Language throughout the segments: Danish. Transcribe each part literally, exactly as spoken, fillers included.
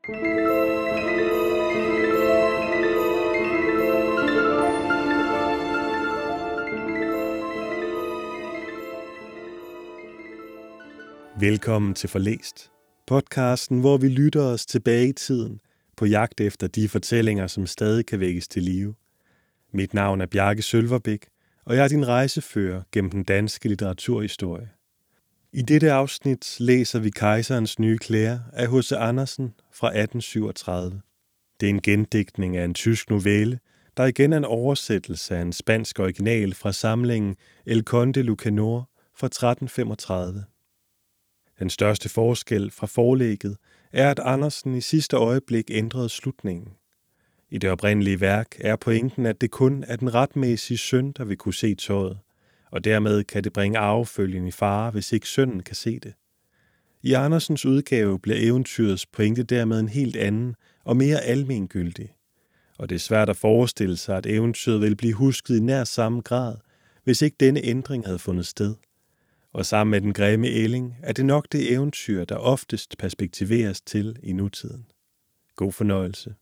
Velkommen til Forlæst, podcasten, hvor vi lytter os tilbage i tiden på jagt efter de fortællinger, som stadig kan vækkes til live. Mit navn er Bjarke Sølverbæk, og jeg er din rejsefører gennem den danske litteraturhistorie. I dette afsnit læser vi Kejserens nye klæder af H C Andersen fra atten syvogtredive. Det er en gendigtning af en tysk novelle, der igen er en oversættelse af en spansk original fra samlingen El Conde Lucanor fra tretten femogtredive. Den største forskel fra forlægget er, at Andersen i sidste øjeblik ændrede slutningen. I det oprindelige værk er pointen, at det kun er den retmæssige søn, der vil kunne se tøjet, og dermed kan det bringe arvefølgen i fare, hvis ikke sønnen kan se det. I Andersens udgave bliver eventyrets pointe dermed en helt anden og mere almengyldig, og det er svært at forestille sig, at eventyret ville blive husket i nær samme grad, hvis ikke denne ændring havde fundet sted. Og sammen med den grimme ælling er det nok det eventyr, der oftest perspektiveres til i nutiden. God fornøjelse.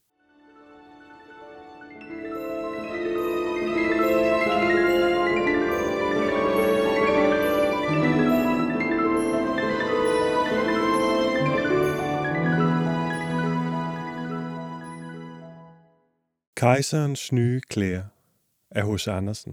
Kejserens nye klæder af H C Andersen.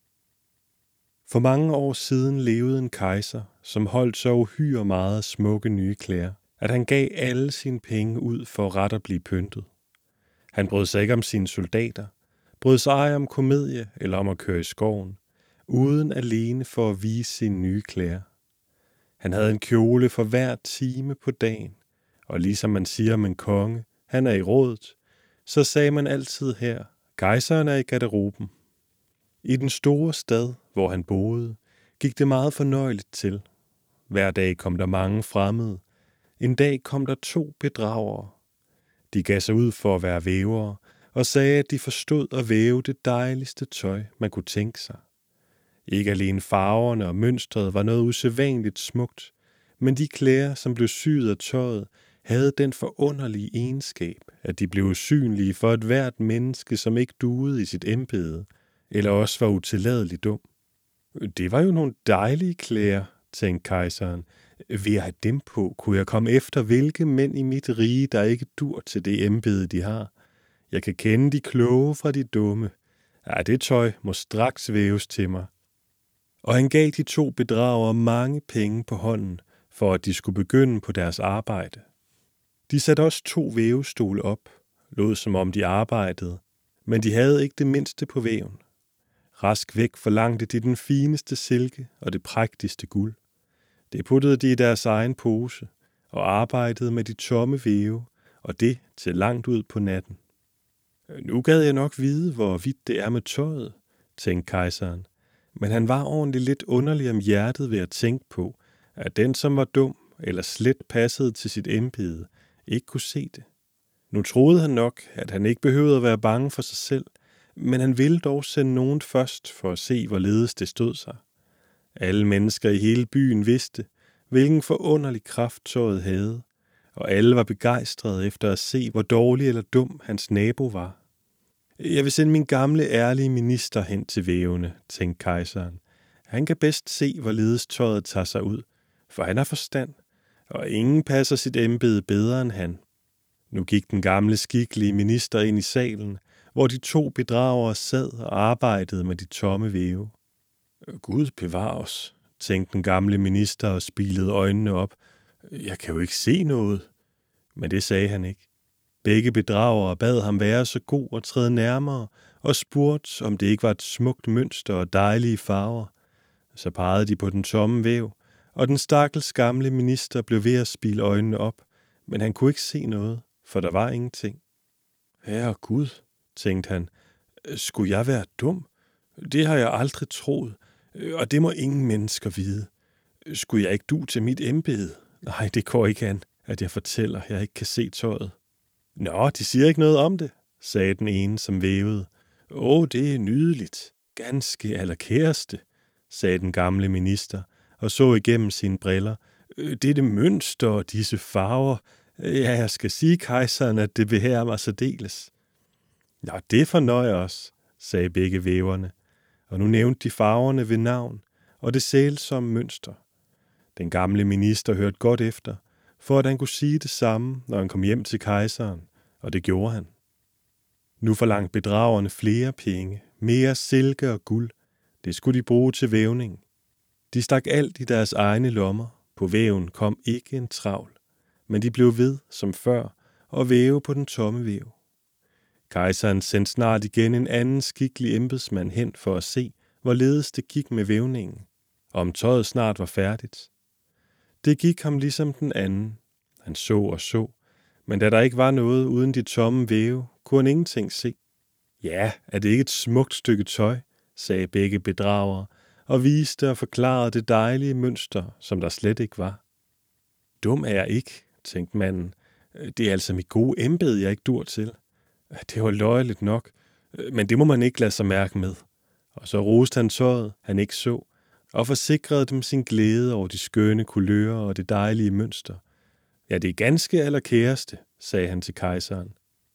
For mange år siden levede en kejser, som holdt så uhyre meget smukke nye klæder, at han gav alle sine penge ud for ret at blive pyntet. Han brød sig ikke om sine soldater, brød sig ej om komedie eller om at køre i skoven, uden alene for at vise sine nye klæder. Han havde en kjole for hver time på dagen, og ligesom man siger om en konge, han er i rådet, så sagde man altid her, kejseren er i garderoben. I den store stad, hvor han boede, gik det meget fornøjeligt til. Hver dag kom der mange fremmede. En dag kom der to bedragere. De gav sig ud for at være vævere, og sagde, at de forstod at væve det dejligste tøj, man kunne tænke sig. Ikke alene farverne og mønstret var noget usædvanligt smukt, men de klæder, som blev syet af tøjet, havde den forunderlige egenskab, at de blev usynlige for et hvert menneske, som ikke duede i sit embede, eller også var utilladeligt dum. Det var jo nogle dejlige klæder, tænkte kejseren. Ved at have dem på, kunne jeg komme efter, hvilke mænd i mit rige, der ikke dur til det embede, de har. Jeg kan kende de kloge fra de dumme. Ja, det tøj må straks væves til mig. Og han gav de to bedragere mange penge på hånden, for at de skulle begynde på deres arbejde. De satte også to vævestole op, lod som om de arbejdede, men de havde ikke det mindste på væven. Rask væk forlangte de den fineste silke og det prægtigste guld. Det puttede de i deres egen pose og arbejdede med de tomme væve, og det til langt ud på natten. Nu gad jeg nok vide, hvor vidt det er med tøjet, tænkte kejseren, men han var ordentligt lidt underlig om hjertet ved at tænke på, at den, som var dum eller slet passede til sit embede, ikke kunne se det. Nu troede han nok, at han ikke behøvede at være bange for sig selv, men han ville dog sende nogen først for at se, hvorledes det stod sig. Alle mennesker i hele byen vidste, hvilken forunderlig kraft tøjet havde, og alle var begejstrede efter at se, hvor dårlig eller dum hans nabo var. Jeg vil sende min gamle, ærlige minister hen til vævene, tænkte kejseren. Han kan bedst se, hvorledes tøjet tager sig ud, for han har forstand, og ingen passer sit embede bedre end han. Nu gik den gamle, skikkelige minister ind i salen, hvor de to bedragere sad og arbejdede med de tomme væve. Gud bevar os, tænkte den gamle minister og spilede øjnene op. Jeg kan jo ikke se noget. Men det sagde han ikke. Begge bedragere bad ham være så god og træde nærmere og spurgte, om det ikke var et smukt mønster og dejlige farver. Så pegede de på den tomme væv, og den stakkels gamle minister blev ved at spile øjnene op, men han kunne ikke se noget, for der var ingenting. Herre Gud, tænkte han, skulle jeg være dum? Det har jeg aldrig troet, og det må ingen mennesker vide. Skulle jeg ikke du til mit embede? Nej, det går ikke an, at jeg fortæller, at jeg ikke kan se tøjet. Nå, de siger ikke noget om det, sagde den ene, som vævede. Åh, det er nydeligt. Ganske allerkæreste, sagde den gamle minister, og så igennem sine briller. Dette mønster og disse farver, Ja, jeg skal sige kejseren, at det behager mig særdeles. Ja, det fornøjer os, sagde begge væverne, og nu nævnte de farverne ved navn og det sælsomme mønster. Den gamle minister hørte godt efter, for at han kunne sige det samme, når han kom hjem til kejseren, og det gjorde han. Nu forlangte bedragerne flere penge, mere silke og guld. Det skulle de bruge til vævning. De stak alt i deres egne lommer. På væven kom ikke en travl, men de blev ved, som før, og væve på den tomme væv. Kejseren sendte snart igen en anden skikkelig embedsmand hen for at se, hvorledes det gik med vævningen, og om tøjet snart var færdigt. Det gik ham ligesom den anden. Han så og så, men da der ikke var noget uden de tomme væve, kunne han ingenting se. Ja, er det ikke et smukt stykke tøj, sagde begge bedragere, og viste og forklarede det dejlige mønster, som der slet ikke var. Dum er jeg ikke, tænkte manden. Det er altså mit gode embede, jeg ikke dur til. Det var løjeligt nok, men det må man ikke lade sig mærke med. Og så roste han tøjet, han ikke så, og forsikrede dem sin glæde over de skønne kulører og det dejlige mønster. Ja, det er ganske allerkæreste, sagde han til kejseren.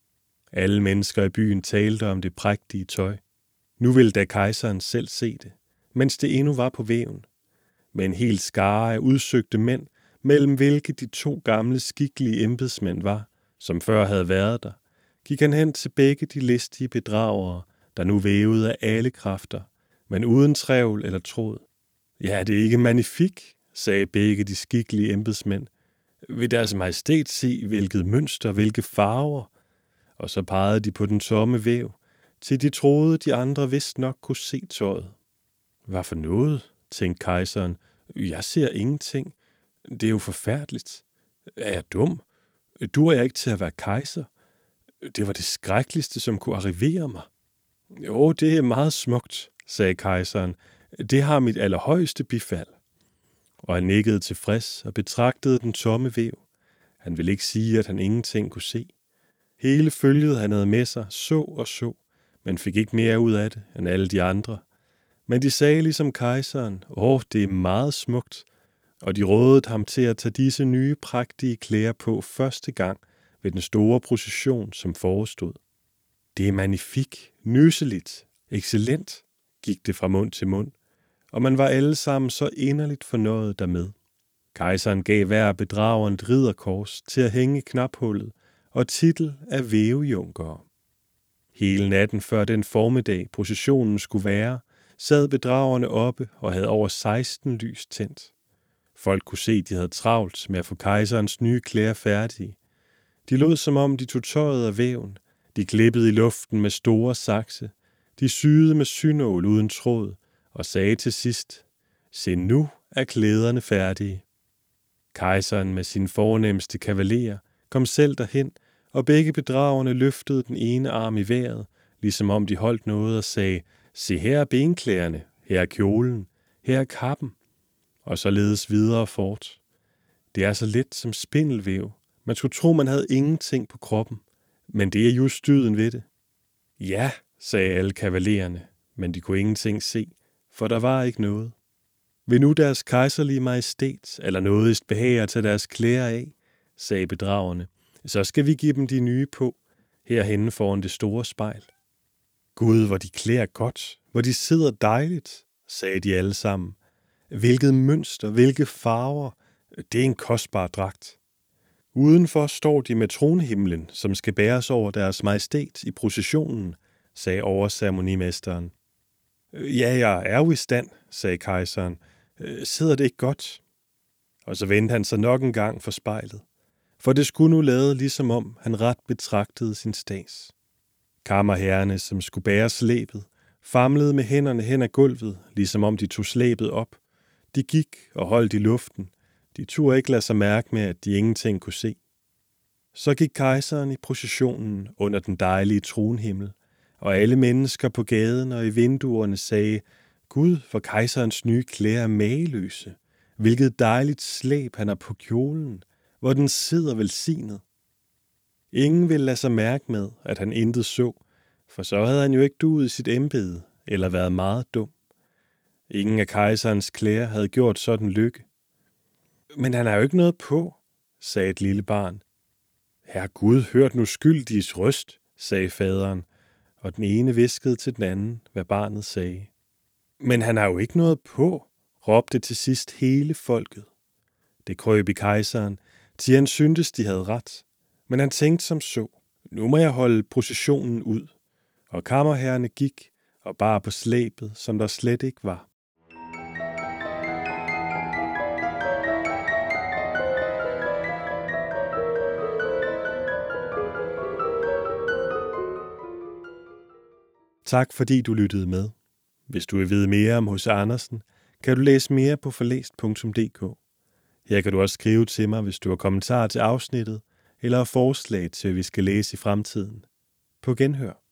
Alle mennesker i byen talte om det prægtige tøj. Nu ville da kejseren selv se det, mens det endnu var på væven. Med en hel skare af udsøgte mænd, mellem hvilke de to gamle skikkelige embedsmænd var, som før havde været der, gik han hen til begge de listige bedragere, der nu vævede af alle kræfter, men uden trævl eller tråd. Ja, det er ikke magnifik, sagde begge de skikkelige embedsmænd. Vil deres majestæt se, hvilket mønster, hvilke farver? Og så pegede de på den tomme væv, til de troede, de andre vist nok kunne se tøjet. Hvad for noget, tænkte kejseren. Jeg ser ingenting. Det er jo forfærdeligt. Er jeg dum? Dur jeg ikke til at være kejser? Det var det skrækkeligste, som kunne arrivere mig. Jo, det er meget smukt, sagde kejseren. Det har mit allerhøjeste bifald. Og han nikkede tilfreds og betragtede den tomme væv. Han ville ikke sige, at han ingenting kunne se. Hele følget, han havde med sig, så og så, men fik ikke mere ud af det end alle de andre. Men de sagde ligesom kejseren, åh, det er meget smukt, og de rådede ham til at tage disse nye prægtige klæder på første gang ved den store procession, som forestod. Det er magnifik, nyseligt, excellent, gik det fra mund til mund, og man var alle sammen så inderligt fornøjet dermed. Kejseren gav hver bedrager et ridderkors til at hænge i knaphullet og titel af vævejunkere. Hele natten før den formiddag processionen skulle være, sad bedragerne oppe og havde over seksten lys tændt. Folk kunne se, de havde travlt med at få kejserens nye klæder færdige. De lod som om, de tog tøjet af væven. De klippede i luften med store sakse. De syede med synål uden tråd og sagde til sidst, se nu er klæderne færdige. Kejseren med sine fornemmeste kavalerer kom selv derhen, og begge bedragerne løftede den ene arm i vejret, ligesom om de holdt noget og sagde, se her er benklæderne, her er kjolen, her er kappen, og således videre fort. Det er så let som spindelvæv. Man skulle tro, man havde ingenting på kroppen, men det er just dyden ved det. Ja, sagde alle kavalererne, men de kunne ingenting se, for der var ikke noget. Vil nu deres kejserlige majestæt eller nådigst behager til deres klæder af, sagde bedragerne, så skal vi give dem de nye på, herhenne foran det store spejl. Gud, hvor de klæder godt, hvor de sidder dejligt, sagde de alle sammen. Hvilket mønster, hvilke farver, det er en kostbar dragt. Udenfor står de med tronhimlen, som skal bæres over deres majestæt i processionen, sagde overceremonimesteren. Ja, jeg er jo i stand, sagde kejseren. Sidder det ikke godt? Og så vendte han sig nok en gang for spejlet. For det skulle nu lade, ligesom om han ret betragtede sin stads. Kammerherrerne, som skulle bære slæbet, famlede med hænderne hen ad gulvet, ligesom om de tog slæbet op. De gik og holdt i luften. De turde ikke lade sig mærke med, at de ingenting kunne se. Så gik kejseren i processionen under den dejlige tronhimmel, og alle mennesker på gaden og i vinduerne sagde, Gud, for kejserens nye klæder er mageløse. Hvilket dejligt slæb han har på kjolen, hvor den sidder velsignet. Ingen ville lade sig mærke med, at han intet så, for så havde han jo ikke duet i sit embede eller været meget dum. Ingen af kejserens klæder havde gjort sådan lykke. Men han har jo ikke noget på, sagde et lille barn. Herre Gud, hørt nu skyldiges røst, sagde faderen, og den ene viskede til den anden, hvad barnet sagde. Men han har jo ikke noget på, råbte til sidst hele folket. Det krøb i kejseren, til han syntes, de havde ret, men han tænkte som så, nu må jeg holde processionen ud, og kammerherrene gik og bar på slæbet, som der slet ikke var. Tak fordi du lyttede med. Hvis du vil vide mere om H C Andersen, kan du læse mere på forlæst punktum d k. Her kan du også skrive til mig, hvis du har kommentarer til afsnittet, eller forslag til, hvad vi skal læse i fremtiden. På genhør.